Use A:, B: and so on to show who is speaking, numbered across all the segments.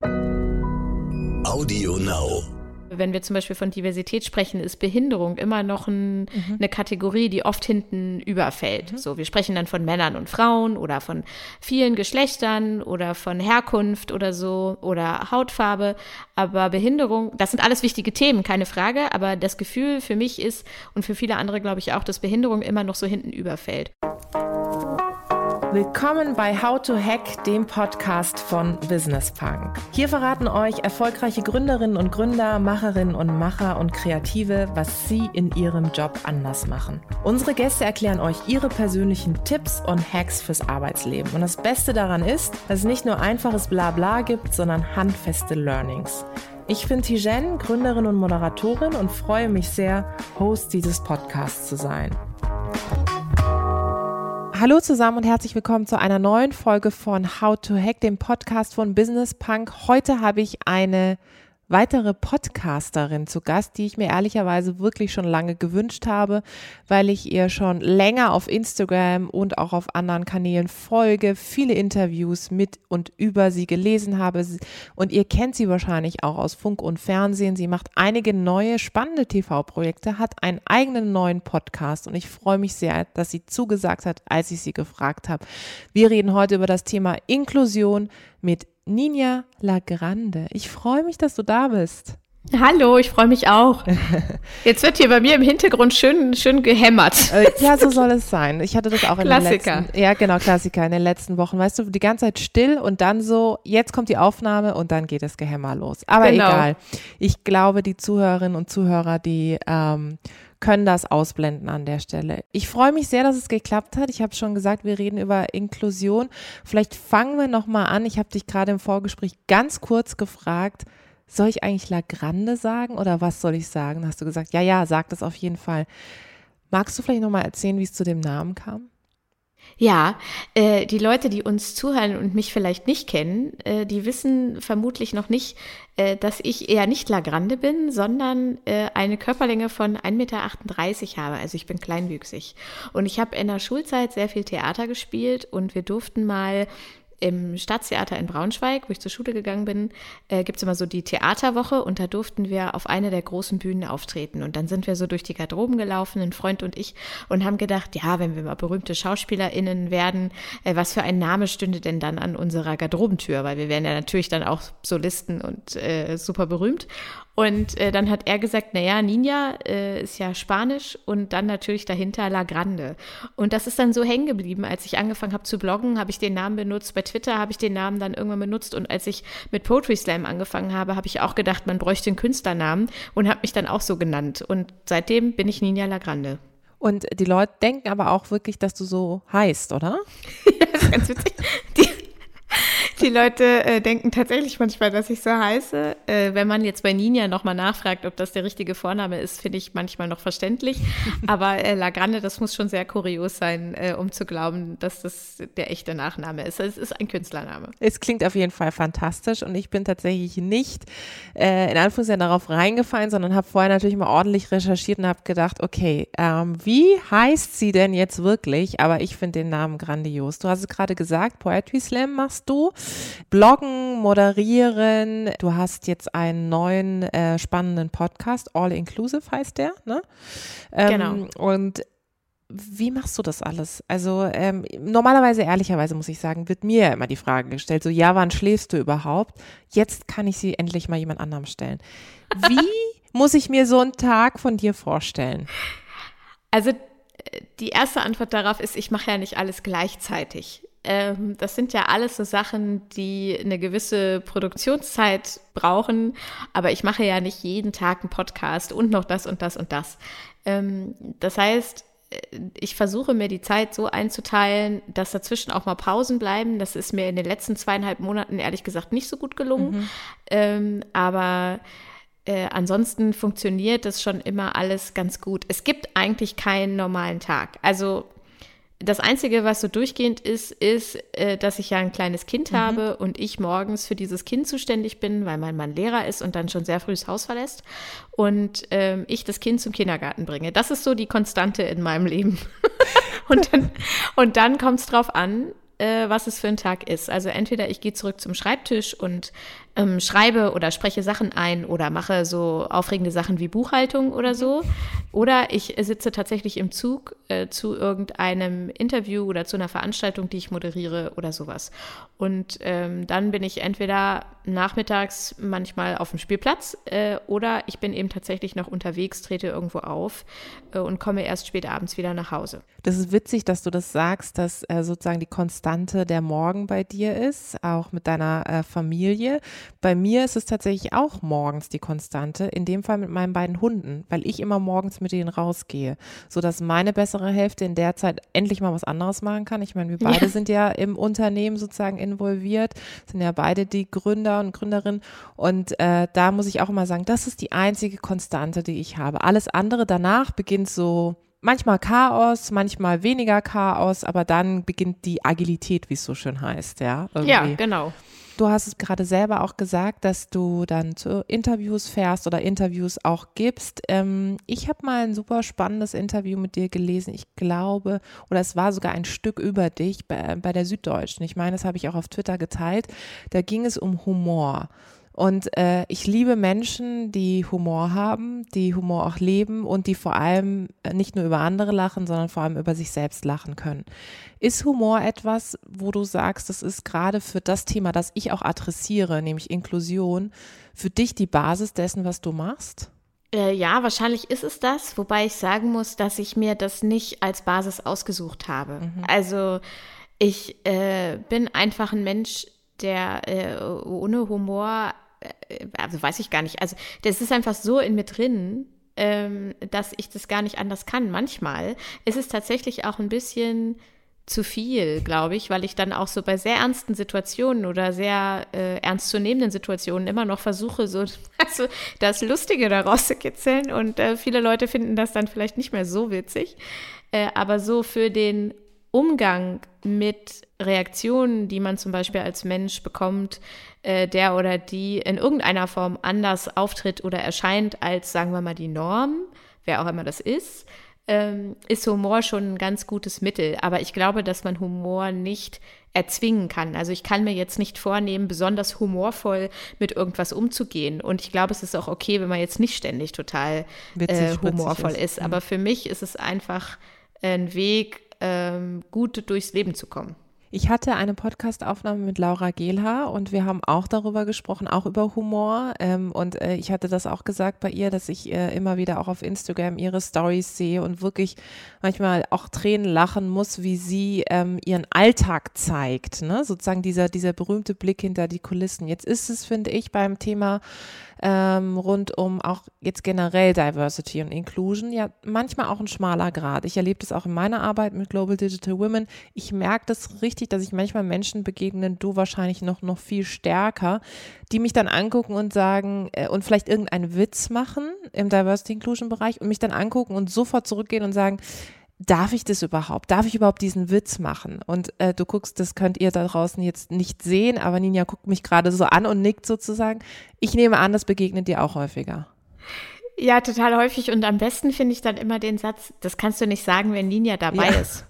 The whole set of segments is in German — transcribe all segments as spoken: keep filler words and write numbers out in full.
A: Audio Now.
B: Wenn wir zum Beispiel von Diversität sprechen, ist Behinderung immer noch ein, mhm. eine Kategorie, die oft hinten überfällt. Mhm. So, wir sprechen dann von Männern und Frauen oder von vielen Geschlechtern oder von Herkunft oder so oder Hautfarbe. Aber Behinderung, das sind alles wichtige Themen, keine Frage. Aber das Gefühl für mich ist und für viele andere, glaube ich auch, dass Behinderung immer noch so hinten überfällt.
C: Willkommen bei How to Hack, dem Podcast von Business Punk. Hier verraten euch erfolgreiche Gründerinnen und Gründer, Macherinnen und Macher und Kreative, was sie in ihrem Job anders machen. Unsere Gäste erklären euch ihre persönlichen Tipps und Hacks fürs Arbeitsleben. Und das Beste daran ist, dass es nicht nur einfaches Blabla gibt, sondern handfeste Learnings. Ich bin Tijen, Gründerin und Moderatorin und freue mich sehr, Host dieses Podcasts zu sein. Hallo zusammen und herzlich willkommen zu einer neuen Folge von How to Hack, dem Podcast von Business Punk. Heute habe ich eine weitere Podcasterin zu Gast, die ich mir ehrlicherweise wirklich schon lange gewünscht habe, weil ich ihr schon länger auf Instagram und auch auf anderen Kanälen folge, viele Interviews mit und über sie gelesen habe und ihr kennt sie wahrscheinlich auch aus Funk und Fernsehen. Sie macht einige neue spannende T V-Projekte, hat einen eigenen neuen Podcast und ich freue mich sehr, dass sie zugesagt hat, als ich sie gefragt habe. Wir reden heute über das Thema Inklusion mit Ninja Lagrande. Ich freue mich, dass du da bist.
B: Hallo, ich freue mich auch. Jetzt wird hier bei mir im Hintergrund schön, schön gehämmert.
C: Ja, so soll es sein. Ich hatte das auch in
B: Klassiker.
C: den letzten, ja genau, Klassiker in den letzten Wochen. Weißt du, die ganze Zeit still und dann so, jetzt kommt die Aufnahme und dann geht das Gehämmer los. Aber genau. Egal. Ich glaube, die Zuhörerinnen und Zuhörer, die ähm, können das ausblenden an der Stelle. Ich freue mich sehr, dass es geklappt hat. Ich habe schon gesagt, wir reden über Inklusion. Vielleicht fangen wir nochmal an. Ich habe dich gerade im Vorgespräch ganz kurz gefragt, soll ich eigentlich Lagrande sagen oder was soll ich sagen? Da hast du gesagt, ja, ja, sag das auf jeden Fall. Magst du vielleicht nochmal erzählen, wie es zu dem Namen kam?
B: Ja, äh, die Leute, die uns zuhören und mich vielleicht nicht kennen, äh, die wissen vermutlich noch nicht, äh, dass ich eher nicht Lagrande bin, sondern äh, eine Körperlänge von ein Meter achtunddreißig habe. Also ich bin kleinwüchsig. Und ich habe in der Schulzeit sehr viel Theater gespielt und wir durften mal im Staatstheater in Braunschweig, wo ich zur Schule gegangen bin, äh, gibt es immer so die Theaterwoche und da durften wir auf einer der großen Bühnen auftreten. Und dann sind wir so durch die Garderoben gelaufen, ein Freund und ich, und haben gedacht, ja, wenn wir mal berühmte SchauspielerInnen werden, äh, was für ein Name stünde denn dann an unserer Garderobentür? Weil wir wären ja natürlich dann auch Solisten und äh, super berühmt. Und äh, dann hat er gesagt, naja, Ninja äh, ist ja Spanisch und dann natürlich dahinter Lagrande. Und das ist dann so hängen geblieben. Als ich angefangen habe zu bloggen, habe ich den Namen benutzt. Bei Twitter habe ich den Namen dann irgendwann benutzt. Und als ich mit Poetry Slam angefangen habe, habe ich auch gedacht, man bräuchte einen Künstlernamen und habe mich dann auch so genannt. Und seitdem bin ich Ninja Lagrande.
C: Und die Leute denken aber auch wirklich, dass du so heißt, oder?
B: Ja, das ist ganz witzig. Die Die Leute äh, denken tatsächlich manchmal, dass ich so heiße. Äh, wenn man jetzt bei Ninja nochmal nachfragt, ob das der richtige Vorname ist, finde ich manchmal noch verständlich. Aber äh, Lagrande, das muss schon sehr kurios sein, äh, um zu glauben, dass das der echte Nachname ist. Es ist ein Künstlername.
C: Es klingt auf jeden Fall fantastisch und ich bin tatsächlich nicht äh, in Anführungszeichen darauf reingefallen, sondern habe vorher natürlich mal ordentlich recherchiert und habe gedacht, okay, ähm, wie heißt sie denn jetzt wirklich? Aber ich finde den Namen grandios. Du hast es gerade gesagt, Poetry Slam machst du. Bloggen, moderieren, du hast jetzt einen neuen äh, spannenden Podcast, All Inclusive heißt der, ne? Ähm,
B: genau.
C: Und wie machst du das alles? Also ähm, normalerweise, ehrlicherweise muss ich sagen, wird mir ja immer die Frage gestellt, so ja, wann schläfst du überhaupt? Jetzt kann ich sie endlich mal jemand anderem stellen. Wie muss ich mir so einen Tag von dir vorstellen?
B: Also die erste Antwort darauf ist, ich mache ja nicht alles gleichzeitig. Das sind ja alles so Sachen, die eine gewisse Produktionszeit brauchen, aber ich mache ja nicht jeden Tag einen Podcast und noch das und das und das. Das heißt, ich versuche mir die Zeit so einzuteilen, dass dazwischen auch mal Pausen bleiben. Das ist mir in den letzten zweieinhalb Monaten ehrlich gesagt nicht so gut gelungen, mhm. aber Äh, ansonsten funktioniert das schon immer alles ganz gut. Es gibt eigentlich keinen normalen Tag. Also das Einzige, was so durchgehend ist, ist, äh, dass ich ja ein kleines Kind mhm. habe und ich morgens für dieses Kind zuständig bin, weil mein Mann Lehrer ist und dann schon sehr früh das Haus verlässt und ähm, ich das Kind zum Kindergarten bringe. Das ist so die Konstante in meinem Leben. und dann, und dann kommt es drauf an, äh, was es für ein Tag ist. Also entweder ich gehe zurück zum Schreibtisch und ähm, schreibe oder spreche Sachen ein oder mache so aufregende Sachen wie Buchhaltung oder so. Oder ich sitze tatsächlich im Zug äh, zu irgendeinem Interview oder zu einer Veranstaltung, die ich moderiere oder sowas. Und ähm, dann bin ich entweder nachmittags manchmal auf dem Spielplatz äh, oder ich bin eben tatsächlich noch unterwegs, trete irgendwo auf äh, und komme erst spät abends wieder nach Hause.
C: Das ist witzig, dass du das sagst, dass äh, sozusagen die Konstante der Morgen bei dir ist, auch mit deiner äh, Familie. Bei mir ist es tatsächlich auch morgens die Konstante, in dem Fall mit meinen beiden Hunden, weil ich immer morgens mit denen rausgehe, sodass meine bessere Hälfte in der Zeit endlich mal was anderes machen kann. Ich meine, wir beide ja. sind ja im Unternehmen sozusagen involviert, sind ja beide die Gründer und Gründerinnen und äh, da muss ich auch immer sagen, das ist die einzige Konstante, die ich habe. Alles andere danach beginnt so manchmal Chaos, manchmal weniger Chaos, aber dann beginnt die Agilität, wie es so schön heißt, ja. Irgendwie.
B: Ja, genau.
C: Du hast es gerade selber auch gesagt, dass du dann zu Interviews fährst oder Interviews auch gibst. Ähm, ich habe mal ein super spannendes Interview mit dir gelesen. Ich glaube, oder es war sogar ein Stück über dich bei, bei der Süddeutschen. Ich meine, das habe ich auch auf Twitter geteilt. Da ging es um Humor. Und äh, ich liebe Menschen, die Humor haben, die Humor auch leben und die vor allem nicht nur über andere lachen, sondern vor allem über sich selbst lachen können. Ist Humor etwas, wo du sagst, das ist gerade für das Thema, das ich auch adressiere, nämlich Inklusion, für dich die Basis dessen, was du machst?
B: Äh, ja, wahrscheinlich ist es das, wobei ich sagen muss, dass ich mir das nicht als Basis ausgesucht habe. Mhm. Also ich äh, bin einfach ein Mensch, der äh, ohne Humor also weiß ich gar nicht, also das ist einfach so in mir drin, ähm, dass ich das gar nicht anders kann. Manchmal ist es tatsächlich auch ein bisschen zu viel, glaube ich, weil ich dann auch so bei sehr ernsten Situationen oder sehr äh, ernstzunehmenden Situationen immer noch versuche, so also das Lustige daraus zu kitzeln und äh, viele Leute finden das dann vielleicht nicht mehr so witzig, äh, aber so für den Umgang mit Reaktionen, die man zum Beispiel als Mensch bekommt, äh, der oder die in irgendeiner Form anders auftritt oder erscheint als, sagen wir mal, die Norm, wer auch immer das ist, ähm, ist Humor schon ein ganz gutes Mittel. Aber ich glaube, dass man Humor nicht erzwingen kann. Also ich kann mir jetzt nicht vornehmen, besonders humorvoll mit irgendwas umzugehen. Und ich glaube, es ist auch okay, wenn man jetzt nicht ständig total äh, humorvoll ist. ist. Aber für mich ist es einfach ein Weg, ähm, gut durchs Leben zu kommen.
C: Ich hatte eine Podcast-Aufnahme mit Laura Gehlhaar und wir haben auch darüber gesprochen, auch über Humor. Ähm, und äh, ich hatte das auch gesagt bei ihr, dass ich äh, immer wieder auch auf Instagram ihre Stories sehe und wirklich manchmal auch Tränen lachen muss, wie sie ähm, ihren Alltag zeigt, ne? Sozusagen dieser, dieser berühmte Blick hinter die Kulissen. Jetzt ist es, finde ich, beim Thema ähm, rund um auch jetzt generell Diversity und Inclusion ja manchmal auch ein schmaler Grat. Ich erlebe das auch in meiner Arbeit mit Global Digital Women. Ich merke das richtig, dass ich manchmal Menschen begegnen, du wahrscheinlich noch, noch viel stärker, die mich dann angucken und sagen äh, und vielleicht irgendeinen Witz machen im Diversity Inclusion Bereich und mich dann angucken und sofort zurückgehen und sagen, darf ich das überhaupt? Darf ich überhaupt diesen Witz machen? Und äh, du guckst, das könnt ihr da draußen jetzt nicht sehen, aber Ninja guckt mich gerade so an und nickt sozusagen. Ich nehme an, das begegnet dir auch häufiger.
B: Ja, total häufig und am besten finde ich dann immer den Satz, das kannst du nicht sagen, wenn Ninja dabei ja. ist.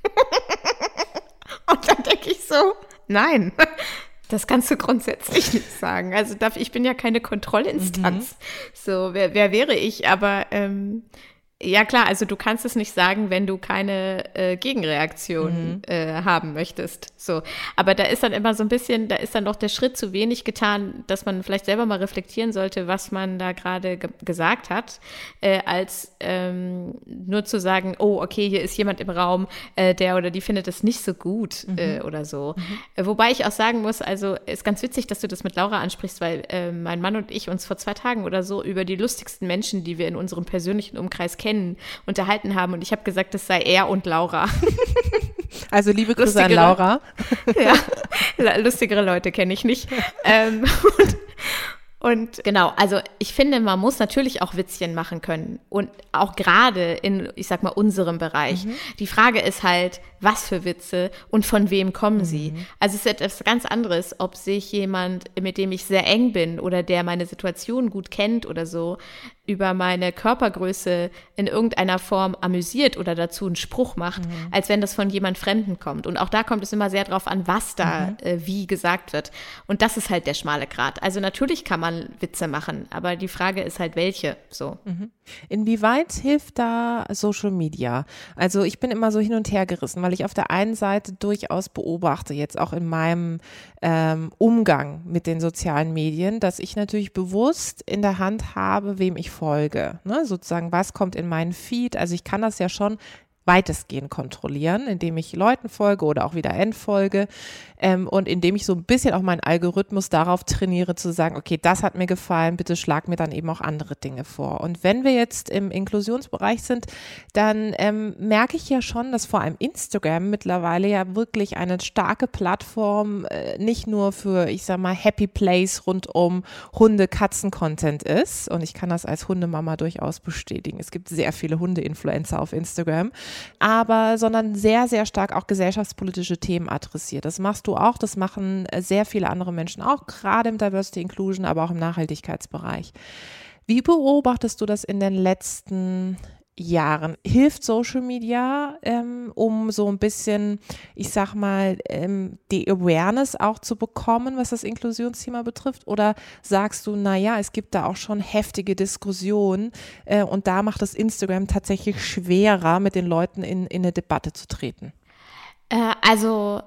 B: Und dann denke ich so, nein, das kannst du grundsätzlich nicht sagen. Also ich bin ja keine Kontrollinstanz. Mhm. So, wer, wer wäre ich? Aber ähm, ja klar, also du kannst es nicht sagen, wenn du keine äh, Gegenreaktion mhm. äh, haben möchtest. So, aber da ist dann immer so ein bisschen, da ist dann doch der Schritt zu wenig getan, dass man vielleicht selber mal reflektieren sollte, was man da gerade ge- gesagt hat, äh, als ähm, nur zu sagen, oh, okay, hier ist jemand im Raum, äh, der oder die findet es nicht so gut mhm. äh, oder so. Mhm. Äh, wobei ich auch sagen muss, also ist ganz witzig, dass du das mit Laura ansprichst, weil äh, mein Mann und ich uns vor zwei Tagen oder so über die lustigsten Menschen, die wir in unserem persönlichen Umkreis kennen, unterhalten haben und ich habe gesagt, das sei er und Laura.
C: Also liebe Grüße an Laura.
B: Ja, lustigere Leute kenne ich nicht. ähm, und, und genau, also ich finde, man muss natürlich auch Witzchen machen können und auch gerade in, ich sag mal, unserem Bereich. Mhm. Die Frage ist halt, was für Witze und von wem kommen mhm. sie? Also es ist etwas ganz anderes, ob sich jemand, mit dem ich sehr eng bin oder der meine Situation gut kennt oder so, über meine Körpergröße in irgendeiner Form amüsiert oder dazu einen Spruch macht, mhm. als wenn das von jemand Fremden kommt. Und auch da kommt es immer sehr drauf an, was da mhm. äh, wie gesagt wird. Und das ist halt der schmale Grat. Also natürlich kann man Witze machen, aber die Frage ist halt, welche so.
C: Mhm. Inwieweit hilft da Social Media? Also ich bin immer so hin und her gerissen, weil ich auf der einen Seite durchaus beobachte, jetzt auch in meinem ähm, Umgang mit den sozialen Medien, dass ich natürlich bewusst in der Hand habe, wem ich folge, ne? Sozusagen, was kommt in meinen Feed, also ich kann das ja schon weitestgehend kontrollieren, indem ich Leuten folge oder auch wieder entfolge ähm, und indem ich so ein bisschen auch meinen Algorithmus darauf trainiere zu sagen, okay, das hat mir gefallen, bitte schlag mir dann eben auch andere Dinge vor. Und wenn wir jetzt im Inklusionsbereich sind, dann ähm, merke ich ja schon, dass vor allem Instagram mittlerweile ja wirklich eine starke Plattform äh, nicht nur für, ich sag mal, Happy Place rund um Hunde-Katzen-Content ist, und ich kann das als Hundemama durchaus bestätigen. Es gibt sehr viele Hunde-Influencer auf Instagram, aber sondern sehr, sehr stark auch gesellschaftspolitische Themen adressiert. Das machst du auch, das machen sehr viele andere Menschen auch, gerade im Diversity Inclusion, aber auch im Nachhaltigkeitsbereich. Wie beobachtest du das in den letzten Jahren? Hilft Social Media, ähm, um so ein bisschen, ich sag mal, ähm, die Awareness auch zu bekommen, was das Inklusionsthema betrifft? Oder sagst du, naja, es gibt da auch schon heftige Diskussionen äh, und da macht das Instagram tatsächlich schwerer, mit den Leuten in, in eine Debatte zu treten?
B: Äh, also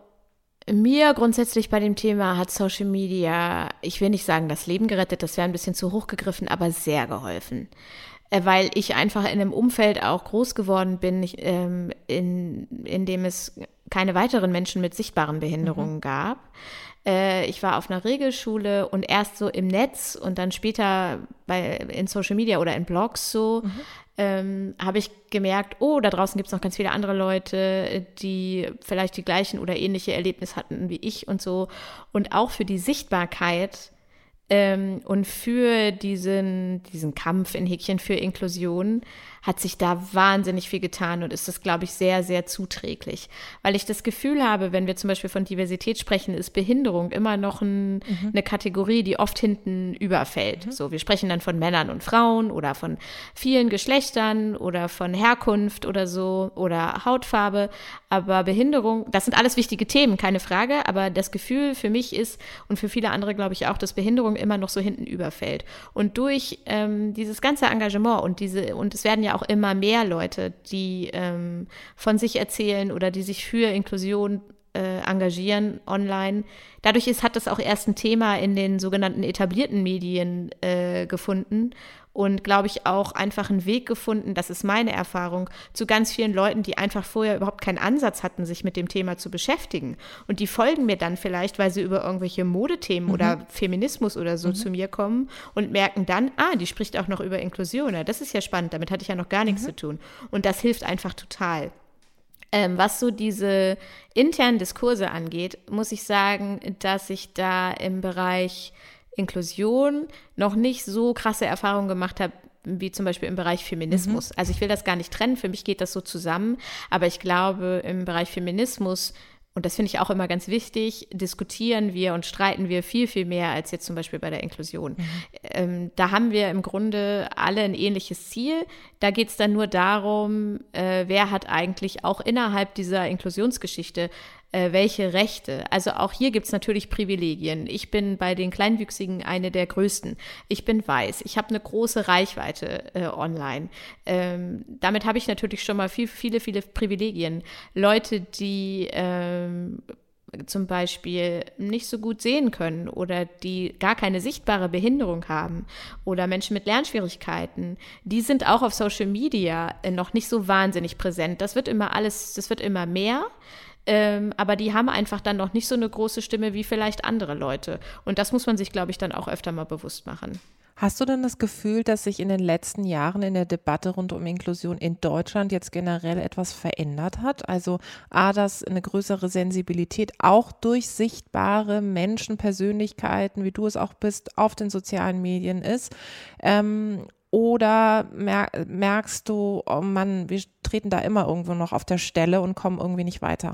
B: mir grundsätzlich bei dem Thema hat Social Media, ich will nicht sagen, das Leben gerettet, das wäre ein bisschen zu hoch gegriffen, aber sehr geholfen. Weil ich einfach in einem Umfeld auch groß geworden bin, ähm, in, in dem es keine weiteren Menschen mit sichtbaren Behinderungen mhm. gab. Äh, ich war auf einer Regelschule und erst so im Netz und dann später bei, in Social Media oder in Blogs so, mhm. ähm, habe ich gemerkt, oh, da draußen gibt es noch ganz viele andere Leute, die vielleicht die gleichen oder ähnliche Erlebnisse hatten wie ich und so. Und auch für die Sichtbarkeit Ähm, und für diesen, diesen Kampf in Häkchen für Inklusion hat sich da wahnsinnig viel getan und ist das, glaube ich, sehr, sehr zuträglich. Weil ich das Gefühl habe, wenn wir zum Beispiel von Diversität sprechen, ist Behinderung immer noch ein, mhm. eine Kategorie, die oft hinten überfällt. Mhm. So, wir sprechen dann von Männern und Frauen oder von vielen Geschlechtern oder von Herkunft oder so oder Hautfarbe. Aber Behinderung, das sind alles wichtige Themen, keine Frage. Aber das Gefühl für mich ist und für viele andere, glaube ich, auch, dass Behinderung immer noch so hinten überfällt. Und durch ähm, dieses ganze Engagement und diese, und es werden ja auch immer mehr Leute, die ähm, von sich erzählen oder die sich für Inklusion äh, engagieren online. Dadurch ist, hat das auch erst ein Thema in den sogenannten etablierten Medien äh, gefunden und, glaube ich, auch einfach einen Weg gefunden, das ist meine Erfahrung, zu ganz vielen Leuten, die einfach vorher überhaupt keinen Ansatz hatten, sich mit dem Thema zu beschäftigen. Und die folgen mir dann vielleicht, weil sie über irgendwelche Modethemen mhm. oder Feminismus oder so mhm. zu mir kommen und merken dann, ah, die spricht auch noch über Inklusion. Ja, das ist ja spannend, damit hatte ich ja noch gar nichts mhm. zu tun. Und das hilft einfach total. Ähm, was so diese internen Diskurse angeht, muss ich sagen, dass ich da im Bereich Inklusion noch nicht so krasse Erfahrungen gemacht habe, wie zum Beispiel im Bereich Feminismus. Mhm. Also ich will das gar nicht trennen, für mich geht das so zusammen, aber ich glaube, im Bereich Feminismus, und das finde ich auch immer ganz wichtig, diskutieren wir und streiten wir viel, viel mehr als jetzt zum Beispiel bei der Inklusion. Mhm. Ähm, da haben wir im Grunde alle ein ähnliches Ziel. Da geht es dann nur darum, äh, wer hat eigentlich auch innerhalb dieser Inklusionsgeschichte äh, welche Rechte. Also auch hier gibt es natürlich Privilegien. Ich bin bei den Kleinwüchsigen eine der größten. Ich bin weiß. Ich habe eine große Reichweite äh, online. Ähm, damit habe ich natürlich schon mal viel, viele, viele Privilegien. Leute, die ähm, zum Beispiel nicht so gut sehen können oder die gar keine sichtbare Behinderung haben oder Menschen mit Lernschwierigkeiten, die sind auch auf Social Media noch nicht so wahnsinnig präsent. Das wird immer alles, das wird immer mehr. Ähm, aber die haben einfach dann noch nicht so eine große Stimme wie vielleicht andere Leute. Und das muss man sich, glaube ich, dann auch öfter mal bewusst machen.
C: Hast du denn das Gefühl, dass sich in den letzten Jahren in der Debatte rund um Inklusion in Deutschland jetzt generell etwas verändert hat? Also A, dass eine größere Sensibilität auch durch sichtbare Menschen, Persönlichkeiten, wie du es auch bist, auf den sozialen Medien ist? Ähm, Oder merkst du, oh Mann, wir treten da immer irgendwo noch auf der Stelle und kommen irgendwie nicht weiter?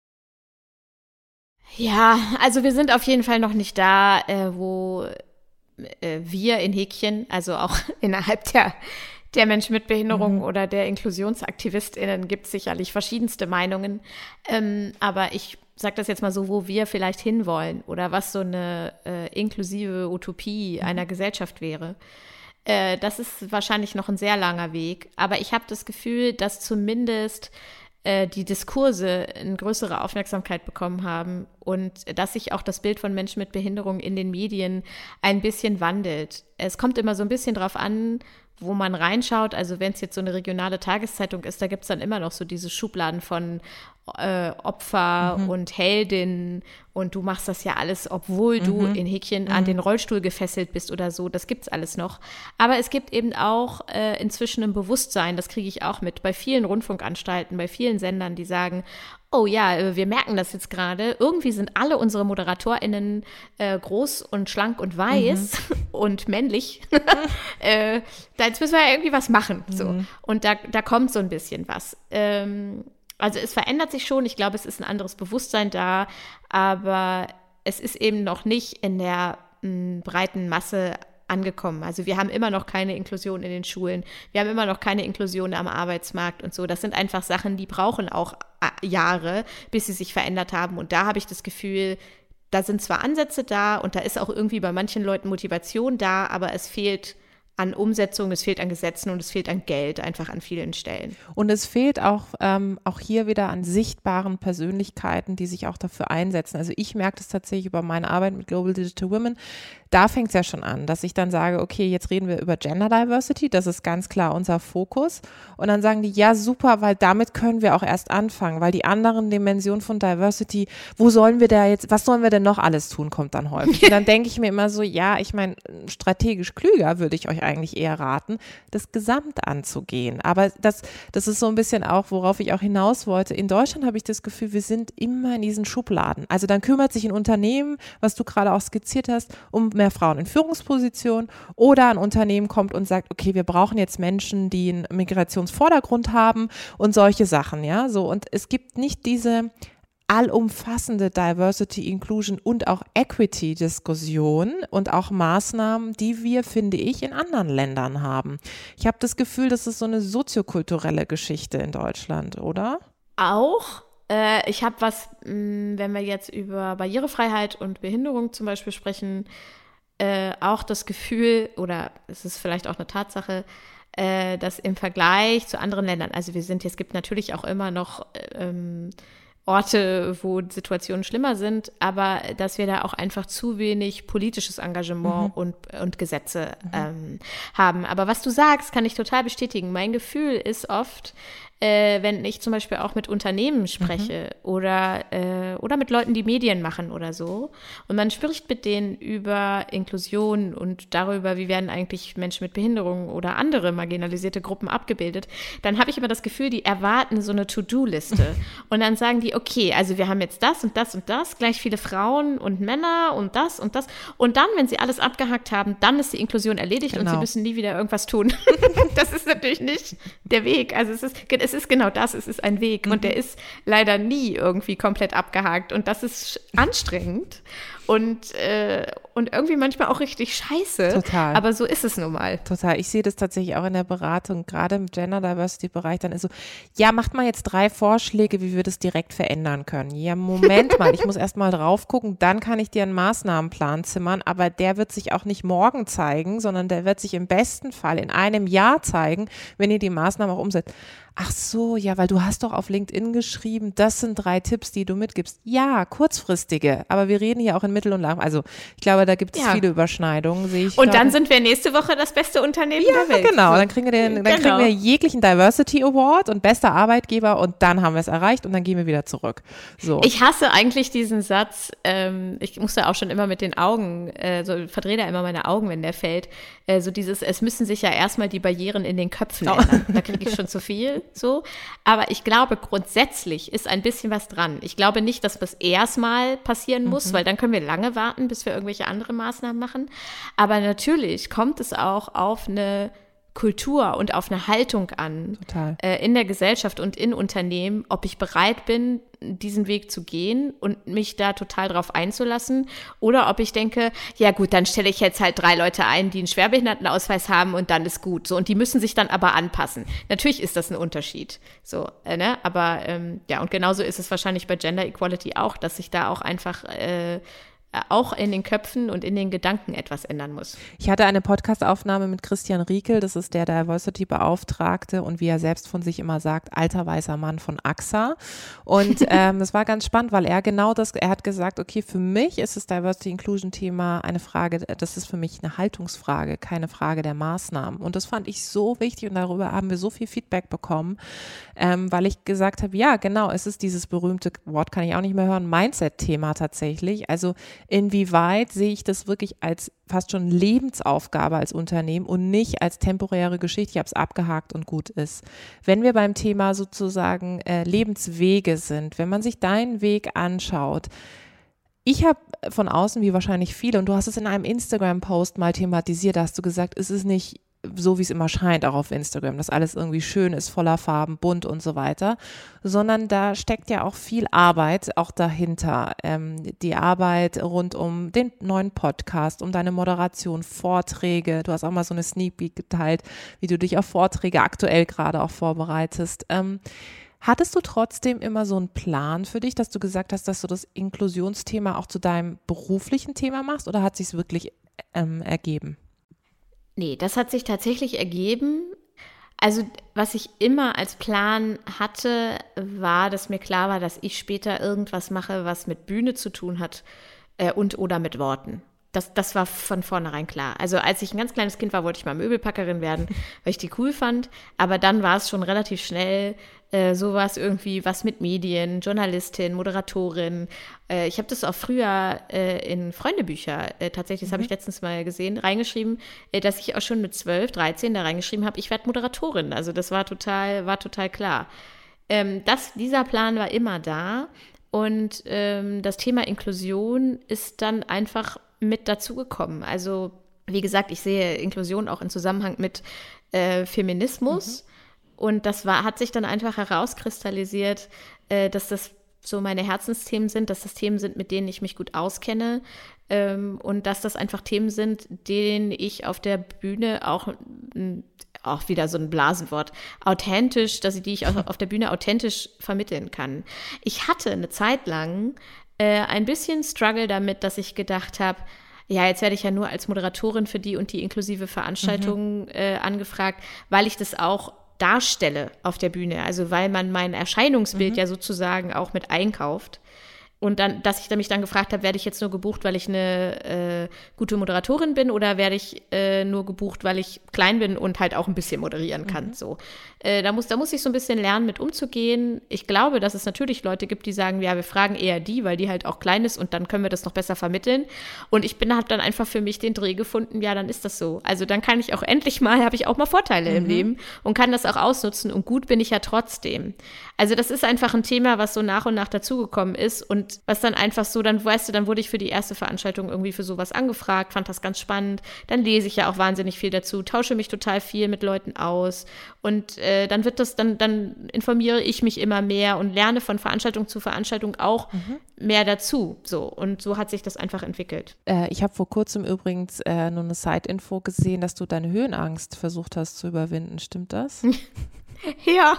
B: Ja, also wir sind auf jeden Fall noch nicht da, äh, wo äh, wir in Häkchen, also auch innerhalb der, der Menschen mit Behinderung mhm. oder der InklusionsaktivistInnen gibt es sicherlich verschiedenste Meinungen. Ähm, aber ich sage das jetzt mal so, wo wir vielleicht hinwollen oder was so eine äh, inklusive Utopie mhm. einer Gesellschaft wäre. Äh, das ist wahrscheinlich noch ein sehr langer Weg. Aber ich habe das Gefühl, dass zumindest äh, die Diskurse eine größere Aufmerksamkeit bekommen haben und dass sich auch das Bild von Menschen mit Behinderung in den Medien ein bisschen wandelt. Es kommt immer so ein bisschen drauf an, wo man reinschaut. Also wenn es jetzt so eine regionale Tageszeitung ist, da gibt es dann immer noch so diese Schubladen von äh, Opfer mhm. und Heldin und du machst das ja alles, obwohl du mhm. in Häkchen mhm. an den Rollstuhl gefesselt bist oder so. Das gibt's alles noch. Aber es gibt eben auch äh, inzwischen ein Bewusstsein, das kriege ich auch mit, bei vielen Rundfunkanstalten, bei vielen Sendern, die sagen, oh ja, wir merken das jetzt gerade. Irgendwie sind alle unsere ModeratorInnen äh, groß und schlank und weiß mhm. und männlich. äh, da jetzt müssen wir ja irgendwie was machen. So. Mhm. Und da, da kommt so ein bisschen was. Ähm, also es verändert sich schon. Ich glaube, es ist ein anderes Bewusstsein da. Aber es ist eben noch nicht in der m, breiten Masse angekommen. Also wir haben immer noch keine Inklusion in den Schulen. Wir haben immer noch keine Inklusion am Arbeitsmarkt und so. Das sind einfach Sachen, die brauchen auch Jahre, bis sie sich verändert haben. Und da habe ich das Gefühl, da sind zwar Ansätze da und da ist auch irgendwie bei manchen Leuten Motivation da, aber es fehlt an Umsetzung, es fehlt an Gesetzen und es fehlt an Geld einfach an vielen Stellen.
C: Und es fehlt auch, ähm, auch hier wieder an sichtbaren Persönlichkeiten, die sich auch dafür einsetzen. Also ich merke das tatsächlich über meine Arbeit mit Global Digital Women. Da fängt es ja schon an, dass ich dann sage, okay, jetzt reden wir über Gender Diversity, das ist ganz klar unser Fokus. Und dann sagen die, ja super, weil damit können wir auch erst anfangen, weil die anderen Dimensionen von Diversity, wo sollen wir da jetzt, was sollen wir denn noch alles tun, kommt dann häufig. Und dann denke ich mir immer so, ja, ich meine, strategisch klüger würde ich euch eigentlich eher raten, das Gesamt anzugehen. Aber das, das ist so ein bisschen auch, worauf ich auch hinaus wollte. In Deutschland habe ich das Gefühl, wir sind immer in diesen Schubladen. Also dann kümmert sich ein Unternehmen, was du gerade auch skizziert hast, um mehr Frauen in Führungspositionen, oder ein Unternehmen kommt und sagt, okay, wir brauchen jetzt Menschen, die einen Migrationsvordergrund haben und solche Sachen, ja, so. Und es gibt nicht diese allumfassende Diversity, Inclusion und auch Equity-Diskussion und auch Maßnahmen, die wir, finde ich, in anderen Ländern haben. Ich habe das Gefühl, das ist so eine soziokulturelle Geschichte in Deutschland, oder?
B: Auch. Äh, ich habe was, mh, wenn wir jetzt über Barrierefreiheit und Behinderung zum Beispiel sprechen, äh, auch das Gefühl, oder es ist vielleicht auch eine Tatsache, äh, dass im Vergleich zu anderen Ländern, also wir sind, es gibt natürlich auch immer noch ähm, Orte, wo Situationen schlimmer sind, aber dass wir da auch einfach zu wenig politisches Engagement mhm. und, und Gesetze mhm. ähm, haben. Aber was du sagst, kann ich total bestätigen. Mein Gefühl ist oft, äh, wenn ich zum Beispiel auch mit Unternehmen spreche mhm. oder, äh, oder mit Leuten, die Medien machen oder so, und man spricht mit denen über Inklusion und darüber, wie werden eigentlich Menschen mit Behinderungen oder andere marginalisierte Gruppen abgebildet, dann habe ich immer das Gefühl, die erwarten so eine To-Do-Liste. Und dann sagen die, okay, also wir haben jetzt das und das und das, gleich viele Frauen und Männer und das und das. Und dann, wenn sie alles abgehakt haben, dann ist die Inklusion erledigt genau. und sie müssen nie wieder irgendwas tun. Das ist natürlich nicht der Weg. Also es ist, es ist genau das, es ist ein Weg. Mhm. Und der ist leider nie irgendwie komplett abgehakt. Und das ist anstrengend. Und, äh, und irgendwie manchmal auch richtig scheiße.
C: Total.
B: Aber so ist es nun mal.
C: Total. Ich sehe das tatsächlich auch in der Beratung, gerade im Gender Diversity Bereich, dann ist so, ja, macht mal jetzt drei Vorschläge, wie wir das direkt verändern können. Ja, Moment mal, ich muss erst mal drauf gucken, dann kann ich dir einen Maßnahmenplan zimmern, aber der wird sich auch nicht morgen zeigen, sondern der wird sich im besten Fall in einem Jahr zeigen, wenn ihr die Maßnahmen auch umsetzt. Ach so, ja, weil du hast doch auf LinkedIn geschrieben, das sind drei Tipps, die du mitgibst. Ja, kurzfristige, aber wir reden hier auch in mittel- und lang. Also ich glaube, da gibt es ja. viele Überschneidungen, sehe ich.
B: Und
C: glaube.
B: Dann sind wir nächste Woche das beste Unternehmen
C: ja,
B: der Welt.
C: Ja, genau. Dann kriegen wir den, dann genau. kriegen wir jeglichen Diversity Award und bester Arbeitgeber und dann haben wir es erreicht und dann gehen wir wieder zurück. So.
B: Ich hasse eigentlich diesen Satz. Ähm, ich musste auch schon immer mit den Augen, äh, so verdrehe da immer meine Augen, wenn der fällt. Äh, so dieses, es müssen sich ja erstmal die Barrieren in den Köpfen oh. ändern. Da kriege ich schon zu viel. So, aber ich glaube, grundsätzlich ist ein bisschen was dran. Ich glaube nicht, dass das erstmal passieren muss, mhm. weil dann können wir lange warten, bis wir irgendwelche andere Maßnahmen machen. Aber natürlich kommt es auch auf eine Kultur und auf eine Haltung an,
C: Total.
B: Äh, in der Gesellschaft und in Unternehmen, ob ich bereit bin, diesen Weg zu gehen und mich da total drauf einzulassen. Oder ob ich denke, ja gut, dann stelle ich jetzt halt drei Leute ein, die einen Schwerbehindertenausweis haben und dann ist gut. So, und die müssen sich dann aber anpassen. Natürlich ist das ein Unterschied. So, äh, ne? Aber ähm, ja, und genauso ist es wahrscheinlich bei Gender Equality auch, dass sich da auch einfach äh, auch in den Köpfen und in den Gedanken etwas ändern muss.
C: Ich hatte eine Podcast-Aufnahme mit Christian Riekel, das ist der Diversity-Beauftragte und wie er selbst von sich immer sagt, alter weißer Mann von A X A. Und ähm, das war ganz spannend, weil er genau das, er hat gesagt, okay, für mich ist das Diversity-Inclusion-Thema eine Frage, das ist für mich eine Haltungsfrage, keine Frage der Maßnahmen. Und das fand ich so wichtig und darüber haben wir so viel Feedback bekommen, ähm, weil ich gesagt habe, ja, genau, es ist dieses berühmte Wort, kann ich auch nicht mehr hören, Mindset-Thema tatsächlich. Also inwieweit sehe ich das wirklich als fast schon Lebensaufgabe als Unternehmen und nicht als temporäre Geschichte, ich habe es abgehakt und gut ist. Wenn wir beim Thema sozusagen äh, Lebenswege sind, wenn man sich deinen Weg anschaut, ich habe von außen, wie wahrscheinlich viele, und du hast es in einem Instagram-Post mal thematisiert, da hast du gesagt, es ist nicht so wie es immer scheint, auch auf Instagram, dass alles irgendwie schön ist, voller Farben, bunt und so weiter, sondern da steckt ja auch viel Arbeit auch dahinter. Ähm, die Arbeit rund um den neuen Podcast, um deine Moderation, Vorträge. Du hast auch mal so eine Sneak Peek geteilt, wie du dich auf Vorträge aktuell gerade auch vorbereitest. Ähm, hattest du trotzdem immer so einen Plan für dich, dass du gesagt hast, dass du das Inklusionsthema auch zu deinem beruflichen Thema machst, oder hat sich's wirklich ähm, ergeben?
B: Nee, das hat sich tatsächlich ergeben. Also was ich immer als Plan hatte, war, dass mir klar war, dass ich später irgendwas mache, was mit Bühne zu tun hat äh, und oder mit Worten. Das, das war von vornherein klar. Also als ich ein ganz kleines Kind war, wollte ich mal Möbelpackerin werden, weil ich die cool fand. Aber dann war es schon relativ schnell äh, sowas irgendwie, was mit Medien, Journalistin, Moderatorin. Äh, ich habe das auch früher äh, in Freundebücher, äh, tatsächlich, das mhm. habe ich letztens mal gesehen, reingeschrieben, äh, dass ich auch schon mit zwölf, dreizehn da reingeschrieben habe, ich werde Moderatorin. Also das war total, war total klar. Ähm, das, dieser Plan war immer da. Und ähm, das Thema Inklusion ist dann einfach mit dazugekommen. Also wie gesagt, ich sehe Inklusion auch im Zusammenhang mit äh, Feminismus. Mhm. Und das war, hat sich dann einfach herauskristallisiert, äh, dass das so meine Herzensthemen sind, dass das Themen sind, mit denen ich mich gut auskenne, ähm, und dass das einfach Themen sind, denen ich auf der Bühne auch, auch wieder so ein Blasenwort, authentisch, dass ich, die ich auch auf der Bühne authentisch vermitteln kann. Ich hatte eine Zeit lang äh, ein bisschen Struggle damit, dass ich gedacht habe, ja, jetzt werde ich ja nur als Moderatorin für die und die inklusive Veranstaltung mhm. äh, angefragt, weil ich das auch darstelle auf der Bühne, also weil man mein Erscheinungsbild mhm. ja sozusagen auch mit einkauft. Und dann, dass ich mich dann gefragt habe, werde ich jetzt nur gebucht, weil ich eine äh, gute Moderatorin bin, oder werde ich äh, nur gebucht, weil ich klein bin und halt auch ein bisschen moderieren kann. Mhm. So. Äh, da muss, da muss ich so ein bisschen lernen, mit umzugehen. Ich glaube, dass es natürlich Leute gibt, die sagen, ja, wir fragen eher die, weil die halt auch klein ist und dann können wir das noch besser vermitteln. Und ich bin, habe dann einfach für mich den Dreh gefunden, ja, dann ist das so. Also dann kann ich auch endlich mal, habe ich auch mal Vorteile mhm. im Leben und kann das auch ausnutzen, und gut bin ich ja trotzdem. Also das ist einfach ein Thema, was so nach und nach dazugekommen ist und was dann einfach so, dann weißt du, dann wurde ich für die erste Veranstaltung irgendwie für sowas angefragt, fand das ganz spannend, dann lese ich ja auch wahnsinnig viel dazu, tausche mich total viel mit Leuten aus, und äh, dann wird das, dann, dann informiere ich mich immer mehr und lerne von Veranstaltung zu Veranstaltung auch mhm. mehr dazu, so, und so hat sich das einfach entwickelt.
C: Äh, ich habe vor kurzem übrigens äh, nur eine Side-Info gesehen, dass du deine Höhenangst versucht hast zu überwinden, stimmt das?
B: Ja,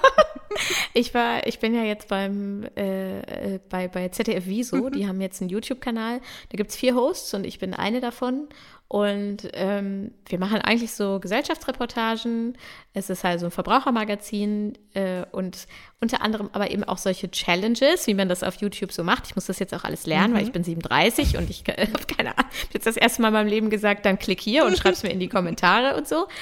B: ich war, ich bin ja jetzt beim äh, bei, bei Z D F Wieso, die haben jetzt einen YouTube-Kanal, da gibt es vier Hosts und ich bin eine davon, und ähm, wir machen eigentlich so Gesellschaftsreportagen, es ist halt so ein Verbrauchermagazin äh, und unter anderem aber eben auch solche Challenges, wie man das auf YouTube so macht. Ich muss das jetzt auch alles lernen, mhm. weil ich bin siebenunddreißig und ich äh, habe keine Ahnung, ich habe jetzt das erste Mal in meinem Leben gesagt, dann klick hier und schreib's mir in die Kommentare und so.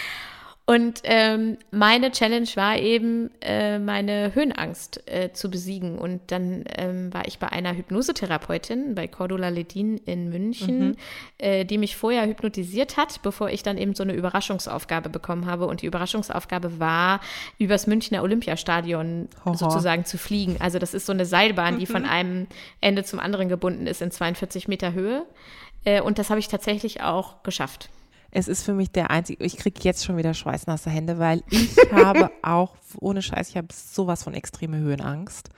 B: Und ähm, meine Challenge war eben, äh, meine Höhenangst äh, zu besiegen. Und dann ähm, war ich bei einer Hypnosetherapeutin, bei Cordula Ledin in München, mhm. äh, die mich vorher hypnotisiert hat, bevor ich dann eben so eine Überraschungsaufgabe bekommen habe. Und die Überraschungsaufgabe war, übers Münchner Olympiastadion Horror. sozusagen zu fliegen. Also das ist so eine Seilbahn, die mhm. von einem Ende zum anderen gebunden ist in zweiundvierzig Meter Höhe. Äh, und das habe ich tatsächlich auch geschafft.
C: Es ist für mich der einzige, ich kriege jetzt schon wieder schweißnasse Hände, weil ich habe auch, ohne Scheiß, ich habe sowas von extreme Höhenangst.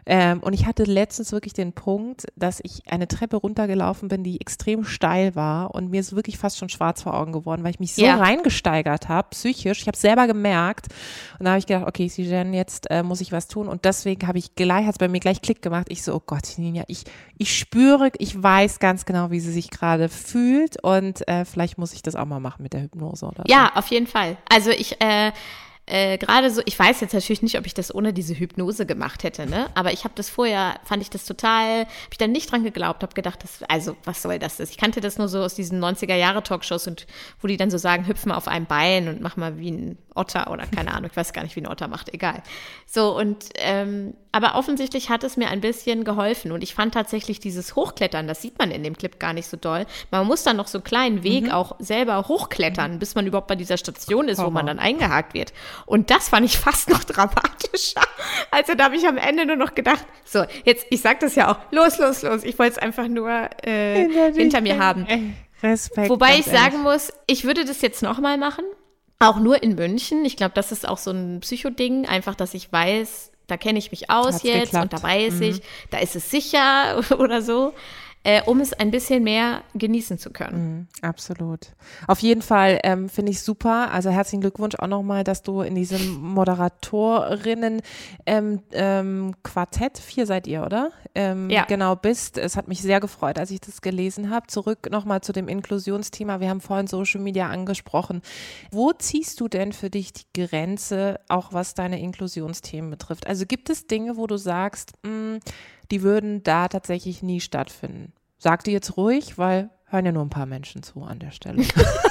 C: Ähm, und ich hatte letztens wirklich den Punkt, dass ich eine Treppe runtergelaufen bin, die extrem steil war und mir ist wirklich fast schon schwarz vor Augen geworden, weil ich mich so
B: Ja.
C: reingesteigert habe, psychisch. Ich habe es selber gemerkt und da habe ich gedacht, okay, Sijen, jetzt äh, muss ich was tun und deswegen habe ich gleich, hat es bei mir gleich Klick gemacht. Ich so, oh Gott, Ninja, ich, ich spüre, ich weiß ganz genau, wie sie sich gerade fühlt und äh, vielleicht muss ich das auch mal machen mit der Hypnose oder so.
B: Ja, auf jeden Fall. Also ich, äh, Äh, gerade so, ich weiß jetzt natürlich nicht, ob ich das ohne diese Hypnose gemacht hätte, ne? Aber ich habe das vorher, fand ich das total, habe ich dann nicht dran geglaubt, habe gedacht, das, also was soll das? Ich kannte das nur so aus diesen neunziger-Jahre-Talkshows und wo die dann so sagen, hüpfen auf einem Bein und mach mal wie ein Otter oder keine Ahnung, ich weiß gar nicht, wie ein Otter macht, egal. So und, ähm, aber offensichtlich hat es mir ein bisschen geholfen und ich fand tatsächlich dieses Hochklettern, das sieht man in dem Clip gar nicht so doll. Man muss dann noch so einen kleinen Weg mhm. auch selber hochklettern, bis man überhaupt bei dieser Station ist, wo man dann eingehakt wird. Und das fand ich fast noch dramatischer. Also da habe ich am Ende nur noch gedacht, so, jetzt, ich sag das ja auch, los, los, los. Ich wollte es einfach nur äh, hinter, hinter mir haben.
C: Respekt.
B: Wobei ich sagen muss, ich würde das jetzt nochmal machen, auch nur in München. Ich glaube, das ist auch so ein Psychoding, einfach, dass ich weiß, da kenne ich mich aus Hat's jetzt geklappt. Und da weiß mhm. ich, da ist es sicher oder so. Äh, um es ein bisschen mehr genießen zu können.
C: Mm, absolut. Auf jeden Fall ähm, finde ich super. Also herzlichen Glückwunsch auch nochmal, dass du in diesem Moderatorinnen ähm, ähm, Quartett, vier seid ihr, oder? Ähm,
B: ja.
C: Genau, bist. Es hat mich sehr gefreut, als ich das gelesen habe. Zurück nochmal zu dem Inklusionsthema. Wir haben vorhin Social Media angesprochen. Wo ziehst du denn für dich die Grenze, auch was deine Inklusionsthemen betrifft? Also gibt es Dinge, wo du sagst, mh, die würden da tatsächlich nie stattfinden. Sag dir jetzt ruhig, weil hören ja nur ein paar Menschen zu an der Stelle.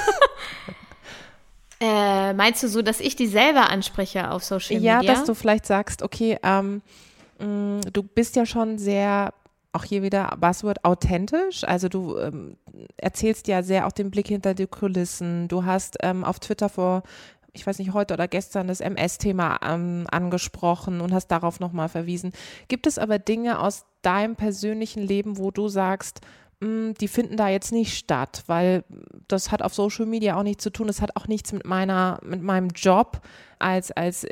B: äh, meinst du so, dass ich die selber anspreche auf Social Media?
C: Ja, dass du vielleicht sagst, okay, ähm, mh, du bist ja schon sehr, auch hier wieder Buzzword, authentisch. Also du ähm, erzählst ja sehr auch den Blick hinter die Kulissen. Du hast ähm, auf Twitter vor ich weiß nicht, heute oder gestern das M S-Thema ähm, angesprochen und hast darauf nochmal verwiesen. Gibt es aber Dinge aus deinem persönlichen Leben, wo du sagst, mh, die finden da jetzt nicht statt, weil das hat auf Social Media auch nichts zu tun, das hat auch nichts mit meiner, mit meinem Job als, als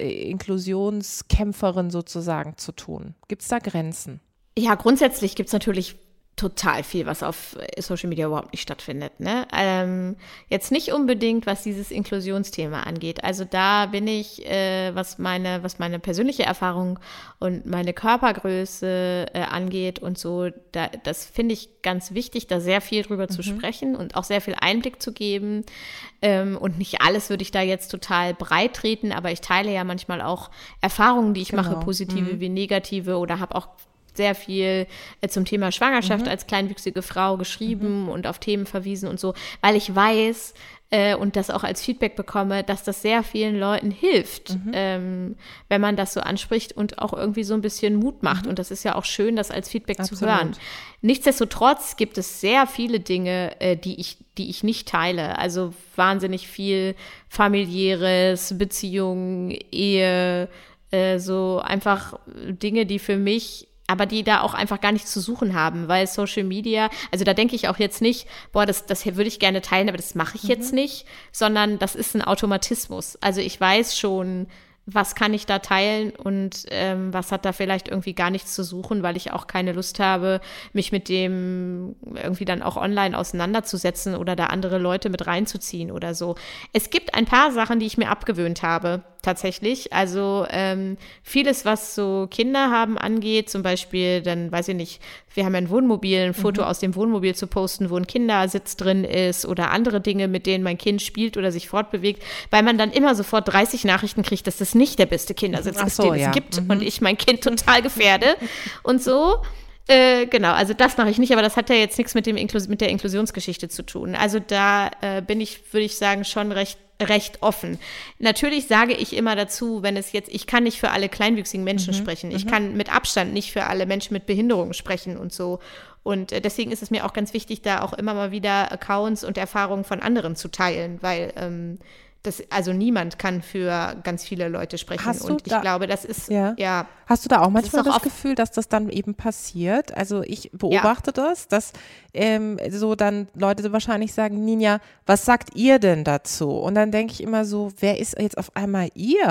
C: Inklusionskämpferin sozusagen zu tun. Gibt es da Grenzen?
B: Ja, grundsätzlich gibt es natürlich total viel, was auf Social Media überhaupt nicht stattfindet. Ne? Ähm, jetzt nicht unbedingt, was dieses Inklusionsthema angeht. Also da bin ich, äh, was meine, was meine persönliche Erfahrung und meine Körpergröße äh, angeht und so, da, das finde ich ganz wichtig, da sehr viel drüber mhm. zu sprechen und auch sehr viel Einblick zu geben. Ähm, und nicht alles würde ich da jetzt total breit treten, aber ich teile ja manchmal auch Erfahrungen, die ich genau. mache, positive mhm. wie negative, oder habe auch sehr viel äh, zum Thema Schwangerschaft mhm. als kleinwüchsige Frau geschrieben mhm. und auf Themen verwiesen und so, weil ich weiß äh, und das auch als Feedback bekomme, dass das sehr vielen Leuten hilft, mhm. ähm, wenn man das so anspricht und auch irgendwie so ein bisschen Mut macht. Mhm. Und das ist ja auch schön, das als Feedback Absolut. Zu hören. Nichtsdestotrotz gibt es sehr viele Dinge, äh, die ich, die ich nicht teile. Also wahnsinnig viel familiäres, Beziehungen, Ehe, äh, so einfach Dinge, die für mich aber die da auch einfach gar nichts zu suchen haben, weil Social Media, also da denke ich auch jetzt nicht, boah, das, das würde ich gerne teilen, aber das mache ich mhm. jetzt nicht, sondern das ist ein Automatismus. Also ich weiß schon, was kann ich da teilen und ähm, was hat da vielleicht irgendwie gar nichts zu suchen, weil ich auch keine Lust habe, mich mit dem irgendwie dann auch online auseinanderzusetzen oder da andere Leute mit reinzuziehen oder so. Es gibt ein paar Sachen, die ich mir abgewöhnt habe, tatsächlich. Also ähm, vieles, was so Kinder haben angeht, zum Beispiel, dann weiß ich nicht, wir haben ein Wohnmobil, ein Foto mhm. aus dem Wohnmobil zu posten, wo ein Kindersitz drin ist oder andere Dinge, mit denen mein Kind spielt oder sich fortbewegt, weil man dann immer sofort dreißig Nachrichten kriegt, dass das nicht der beste Kindersitz
C: Ach
B: ist,
C: so,
B: den
C: ja.
B: es gibt
C: mhm.
B: und ich mein Kind total gefährde und so. Äh, genau, also das mache ich nicht, aber das hat ja jetzt nichts mit dem Inklus- mit der Inklusionsgeschichte zu tun. Also da äh, bin ich, würde ich sagen, schon recht recht offen. Natürlich sage ich immer dazu, wenn es jetzt, ich kann nicht für alle kleinwüchsigen Menschen mhm. sprechen. Ich mhm. kann mit Abstand nicht für alle Menschen mit Behinderungen sprechen und so. Und äh, deswegen ist es mir auch ganz wichtig, da auch immer mal wieder Accounts und Erfahrungen von anderen zu teilen, weil ähm, das, also niemand kann für ganz viele Leute sprechen.
C: Hast du
B: und ich
C: da,
B: glaube, das ist,
C: ja.
B: ja.
C: Hast du da auch manchmal das,
B: das
C: Gefühl, dass das dann eben passiert? Also ich beobachte ja. das, dass ähm, so dann Leute so wahrscheinlich sagen, Ninja, was sagt ihr denn dazu? Und dann denke ich immer so, wer ist jetzt auf einmal ihr?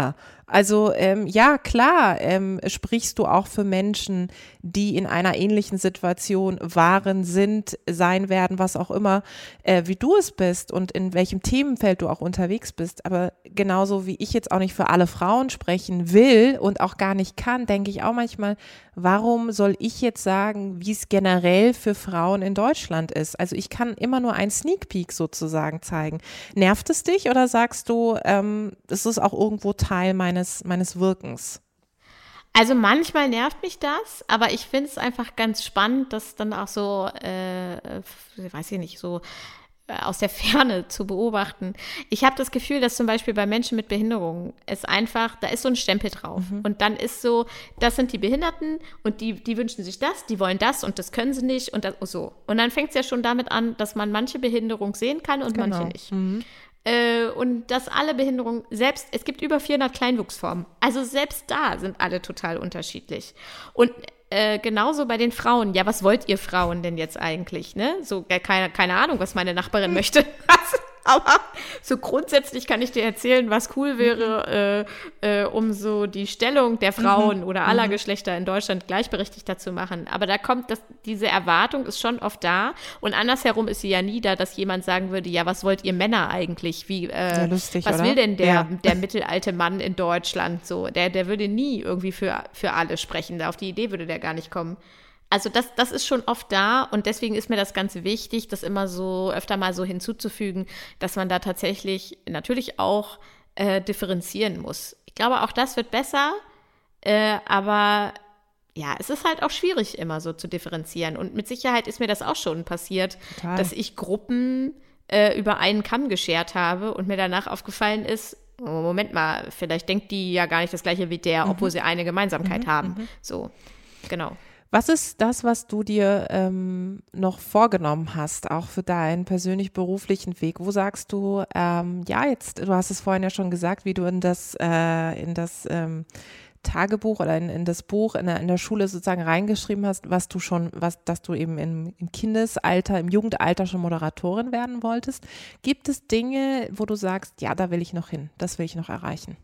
C: Also ähm, ja, klar, ähm, sprichst du auch für Menschen, die in einer ähnlichen Situation waren, sind, sein werden, was auch immer, äh, wie du es bist und in welchem Themenfeld du auch unterwegs bist. Aber genauso wie ich jetzt auch nicht für alle Frauen sprechen will und auch gar nicht kann, denke ich auch manchmal, warum soll ich jetzt sagen, wie es generell für Frauen in Deutschland ist? Also ich kann immer nur einen Sneak Peek sozusagen zeigen. Nervt es dich oder sagst du, ähm, es ist auch irgendwo Teil meines, meines Wirkens?
B: Also manchmal nervt mich das, aber ich finde es einfach ganz spannend, das dann auch so, äh, weiß ich nicht, so aus der Ferne zu beobachten. Ich habe das Gefühl, dass zum Beispiel bei Menschen mit Behinderungen es einfach, da ist so ein Stempel drauf. Mhm. Und dann ist so, das sind die Behinderten und die, die wünschen sich das, die wollen das und das können sie nicht und das, so. Und dann fängt es ja schon damit an, dass man manche Behinderung sehen kann und genau. manche nicht. Mhm. Äh, und dass alle Behinderungen, selbst, es gibt über vierhundert Kleinwuchsformen. Also selbst da sind alle total unterschiedlich. Und Äh, genauso bei den Frauen. Ja, was wollt ihr Frauen denn jetzt eigentlich, ne? So, äh, keine, keine Ahnung, was meine Nachbarin möchte. Aber so grundsätzlich kann ich dir erzählen, was cool wäre, äh, äh, um so die Stellung der Frauen mhm. oder aller mhm. Geschlechter in Deutschland gleichberechtigter zu machen. Aber da kommt, das, diese Erwartung ist schon oft da. Und andersherum ist sie ja nie da, dass jemand sagen würde, ja, was wollt ihr Männer eigentlich? Wie, äh,
C: ja, lustig,
B: was
C: oder?
B: will denn der,
C: ja.
B: der mittelalte Mann in Deutschland? So, der, der würde nie irgendwie für, für alle sprechen. Auf die Idee würde der gar nicht kommen. Also das, das ist schon oft da und deswegen ist mir das ganz wichtig, das immer so öfter mal so hinzuzufügen, dass man da tatsächlich natürlich auch äh, differenzieren muss. Ich glaube, auch das wird besser, äh, aber ja, es ist halt auch schwierig, immer so zu differenzieren. Und mit Sicherheit ist mir das auch schon passiert, Total. dass ich Gruppen äh, über einen Kamm geschert habe und mir danach aufgefallen ist, oh, Moment mal, vielleicht denkt die ja gar nicht das Gleiche wie der, mhm. obwohl sie eine Gemeinsamkeit mhm. haben. Mhm. So, genau.
C: Was ist das, was du dir ähm, noch vorgenommen hast, auch für deinen persönlich-beruflichen Weg? Wo sagst du, ähm, ja, jetzt, du hast es vorhin ja schon gesagt, wie du in das, äh, in das ähm, Tagebuch oder in, in das Buch in der, in der Schule sozusagen reingeschrieben hast, was du schon, was, dass du eben im, im Kindesalter, im Jugendalter schon Moderatorin werden wolltest. Gibt es Dinge, wo du sagst, ja, da will ich noch hin, das will ich noch erreichen?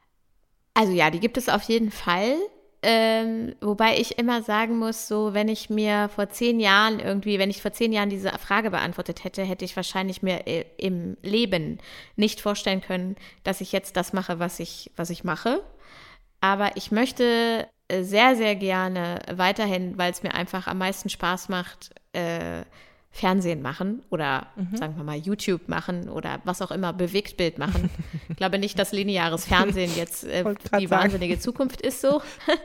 B: Also ja, die gibt es auf jeden Fall. Ähm, wobei ich immer sagen muss, so wenn ich mir vor zehn Jahren irgendwie, wenn ich vor zehn Jahren diese Frage beantwortet hätte, hätte ich wahrscheinlich mir äh, im Leben nicht vorstellen können, dass ich jetzt das mache, was ich, was ich mache. Aber ich möchte sehr, sehr gerne weiterhin, weil es mir einfach am meisten Spaß macht, äh, Fernsehen machen oder mhm. sagen wir mal YouTube machen oder was auch immer, Bewegtbild machen. Ich glaube nicht, dass lineares Fernsehen jetzt äh, die wahnsinnige sagen. Zukunft ist so.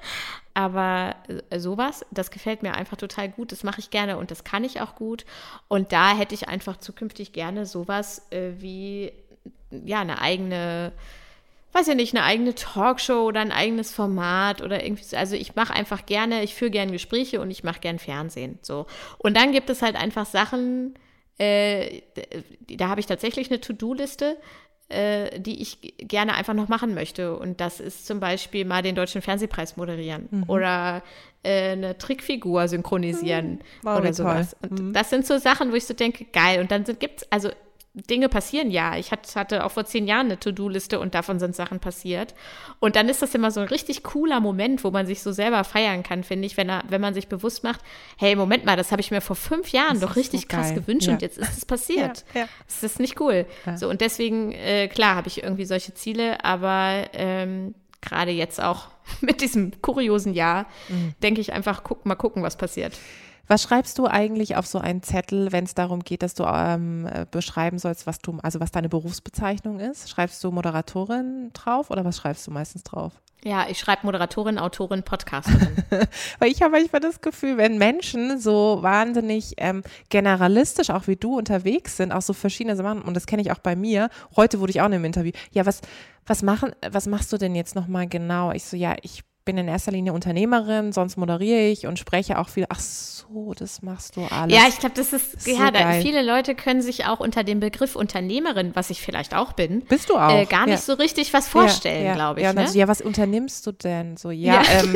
B: Aber äh, sowas, das gefällt mir einfach total gut. Das mache ich gerne und das kann ich auch gut. Und da hätte ich einfach zukünftig gerne sowas äh, wie ja eine eigene weiß ja nicht, eine eigene Talkshow oder ein eigenes Format oder irgendwie so. Also ich mache einfach gerne, ich führe gerne Gespräche und ich mache gerne Fernsehen. So. Und dann gibt es halt einfach Sachen, äh, da habe ich tatsächlich eine To-Do-Liste, äh, die ich gerne einfach noch machen möchte. Und das ist zum Beispiel mal den Deutschen Fernsehpreis moderieren mhm. oder äh, eine Trickfigur synchronisieren mhm. oder sowas. Und mhm. das sind so Sachen, wo ich so denke, geil. Und dann gibt es, also Dinge passieren ja. Ich hatte auch vor zehn Jahren eine To-Do-Liste und davon sind Sachen passiert. Und dann ist das immer so ein richtig cooler Moment, wo man sich so selber feiern kann, finde ich, wenn, er, wenn man sich bewusst macht, hey, Moment mal, das habe ich mir vor fünf Jahren das doch richtig so krass gewünscht ja. und jetzt ist es passiert. Ja, ja. Das ist nicht cool. Ja. So, und deswegen, äh, klar, habe ich irgendwie solche Ziele, aber ähm, gerade jetzt auch mit diesem kuriosen Jahr, mhm. denke ich einfach, guck, mal gucken, was passiert.
C: Was schreibst du eigentlich auf so einen Zettel, wenn es darum geht, dass du ähm, beschreiben sollst, was du, also was deine Berufsbezeichnung ist? Schreibst du Moderatorin drauf oder was schreibst du meistens drauf?
B: Ja, ich schreibe Moderatorin, Autorin, Podcasterin.
C: Weil ich habe manchmal das Gefühl, wenn Menschen so wahnsinnig ähm, generalistisch, auch wie du, unterwegs sind, auch so verschiedene Sachen, und das kenne ich auch bei mir, heute wurde ich auch in einem Interview, ja, was, was, machen, was machst du denn jetzt nochmal genau? Ich so, ja, ich bin in erster Linie Unternehmerin, sonst moderiere ich und spreche auch viel. Ach so, das machst du alles.
B: Ja, ich glaube, das ist, das ist ja,
C: so
B: da, viele Leute können sich auch unter dem Begriff Unternehmerin, was ich vielleicht auch bin,
C: bist du auch,
B: äh, gar nicht ja. so richtig was vorstellen,
C: ja, ja,
B: glaube ich.
C: Ja,
B: ne?
C: also, ja, was unternimmst du denn? So, ja, ja. Ähm,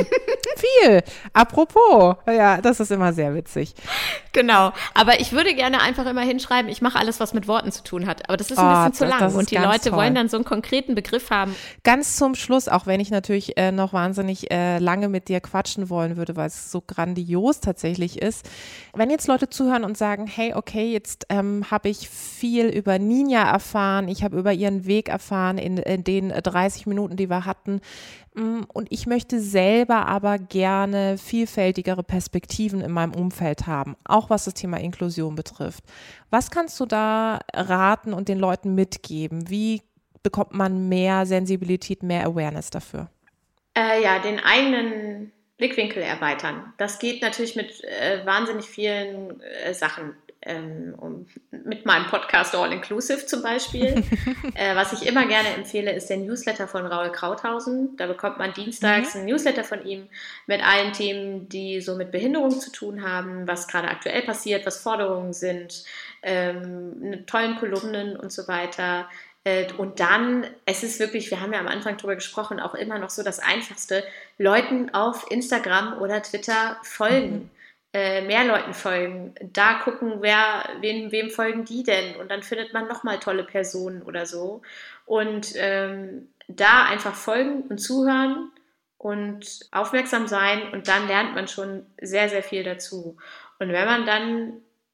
C: Viel. Apropos, ja, das ist immer sehr witzig.
B: Genau, aber ich würde gerne einfach immer hinschreiben, ich mache alles, was mit Worten zu tun hat. Aber das ist ein
C: oh,
B: bisschen zu lang und die Leute
C: toll.
B: wollen dann so einen konkreten Begriff haben.
C: Ganz zum Schluss, auch wenn ich natürlich äh, noch wahnsinnig äh, lange mit dir quatschen wollen würde, weil es so grandios tatsächlich ist. Wenn jetzt Leute zuhören und sagen, hey, okay, jetzt ähm, habe ich viel über Ninja erfahren, ich habe über ihren Weg erfahren in, in den dreißig Minuten, die wir hatten. Und ich möchte selber aber gerne vielfältigere Perspektiven in meinem Umfeld haben, auch was das Thema Inklusion betrifft. Was kannst du da raten und den Leuten mitgeben? Wie bekommt man mehr Sensibilität, mehr Awareness dafür?
B: Äh, ja, den eigenen Blickwinkel erweitern. Das geht natürlich mit äh, wahnsinnig vielen äh, Sachen. Ähm, um, mit meinem Podcast All Inclusive zum Beispiel. äh, was ich immer gerne empfehle, ist der Newsletter von Raul Krauthausen. Da bekommt man dienstags mhm. einen Newsletter von ihm mit allen Themen, die so mit Behinderung zu tun haben, was gerade aktuell passiert, was Forderungen sind, ähm, mit tollen Kolumnen und so weiter. Äh, und dann, es ist wirklich, wir haben ja am Anfang drüber gesprochen, auch immer noch so das Einfachste, Leuten auf Instagram oder Twitter folgen. Mhm. Äh, mehr Leuten folgen, da gucken, wer, wem, wem folgen die denn und dann findet man nochmal tolle Personen oder so und ähm, da einfach folgen und zuhören und aufmerksam sein und dann lernt man schon sehr, sehr viel dazu. Und wenn man dann,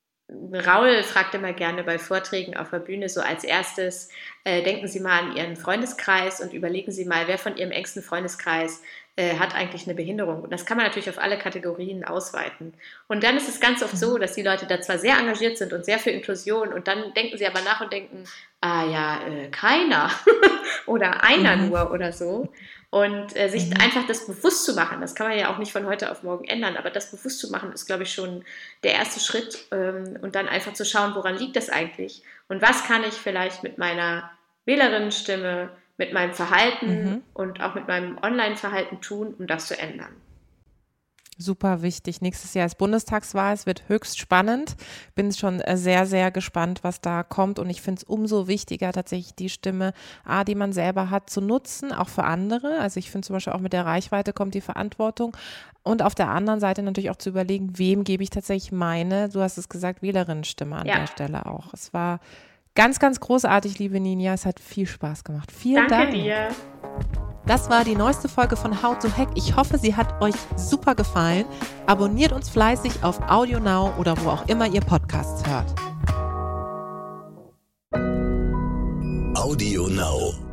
B: Raul fragt immer gerne bei Vorträgen auf der Bühne so als erstes, äh, denken Sie mal an Ihren Freundeskreis und überlegen Sie mal, wer von Ihrem engsten Freundeskreis äh, hat eigentlich eine Behinderung. Und das kann man natürlich auf alle Kategorien ausweiten. Und dann ist es ganz oft so, dass die Leute da zwar sehr engagiert sind und sehr für Inklusion und dann denken sie aber nach und denken, ah ja, äh, keiner oder einer mhm. nur oder so. Und äh, sich mhm. einfach das bewusst zu machen, das kann man ja auch nicht von heute auf morgen ändern, aber das bewusst zu machen, ist, glaube ich, schon der erste Schritt. Ähm, und dann einfach zu schauen, woran liegt das eigentlich? Und was kann ich vielleicht mit meiner Wählerinnenstimme, mit meinem Verhalten mhm. und auch mit meinem Online-Verhalten tun, um das zu ändern.
C: Super wichtig. Nächstes Jahr ist Bundestagswahl. Es wird höchst spannend. Bin schon sehr, sehr gespannt, was da kommt. Und ich finde es umso wichtiger, tatsächlich die Stimme, A, die man selber hat, zu nutzen, auch für andere. Also ich finde zum Beispiel auch mit der Reichweite kommt die Verantwortung. Und auf der anderen Seite natürlich auch zu überlegen, wem gebe ich tatsächlich meine, du hast es gesagt, Wählerinnenstimme an ja. der Stelle auch. Es war ganz, ganz großartig, liebe Ninja. Es hat viel Spaß gemacht. Vielen
B: Danke
C: Dank.
B: Danke dir.
C: Das war die neueste Folge von How to Hack. Ich hoffe, sie hat euch super gefallen. Abonniert uns fleißig auf Audio Now oder wo auch immer ihr Podcasts hört.
A: Audio Now.